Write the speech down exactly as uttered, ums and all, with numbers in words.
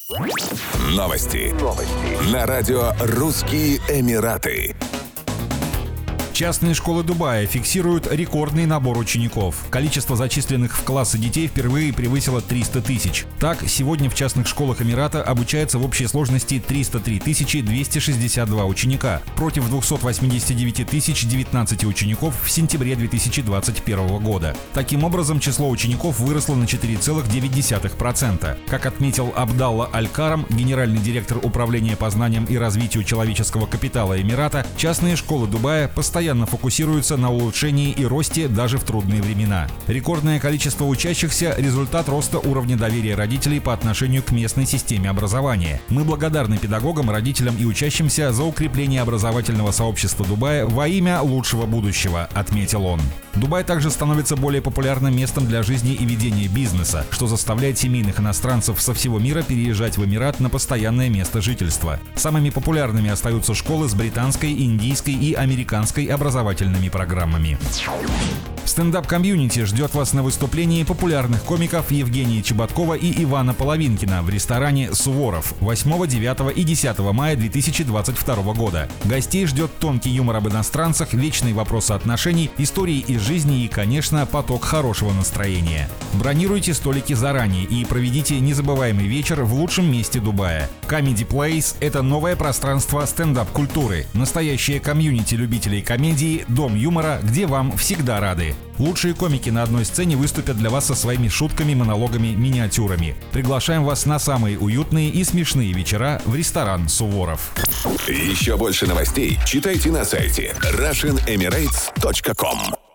Новости. Новости. На радио «Русские Эмираты». Частные школы Дубая фиксируют рекордный набор учеников. Количество зачисленных в классы детей впервые превысило триста тысяч. Так, сегодня в частных школах Эмирата обучается в общей сложности триста три тысячи двести шестьдесят два ученика, против двухсот восьмидесяти девяти тысяч девятнадцати учеников в сентябре две тысячи двадцать первого года. Таким образом, число учеников выросло на четыре целых девять десятых процента. Как отметил Абдалла Аль-Карам, генеральный директор управления по знаниям и развитию человеческого капитала Эмирата, частные школы Дубая постоянно фокусируются на улучшении и росте даже в трудные времена. Рекордное количество учащихся – результат роста уровня доверия родителей по отношению к местной системе образования. Мы благодарны педагогам, родителям и учащимся за укрепление образовательного сообщества Дубая во имя лучшего будущего, отметил он. Дубай также становится более популярным местом для жизни и ведения бизнеса, что заставляет семейных иностранцев со всего мира переезжать в Эмират на постоянное место жительства. Самыми популярными остаются школы с британской, индийской и американской образовательными программами. Стендап-комьюнити ждет вас на выступлении популярных комиков Евгения Чеботкова и Ивана Половинкина в ресторане «Суворов» восьмого, девятого и десятого мая две тысячи двадцать второго года. Гостей ждет тонкий юмор об иностранцах, вечные вопросы отношений, истории из жизни и, конечно, поток хорошего настроения. Бронируйте столики заранее и проведите незабываемый вечер в лучшем месте Дубая. Comedy Place – это новое пространство стендап-культуры, настоящее комьюнити любителей комедии, дом юмора, где вам всегда рады. Лучшие комики на одной сцене выступят для вас со своими шутками, монологами, миниатюрами. Приглашаем вас на самые уютные и смешные вечера в ресторан «Суворов». Еще больше новостей читайте на сайте Russian Emirates точка ком.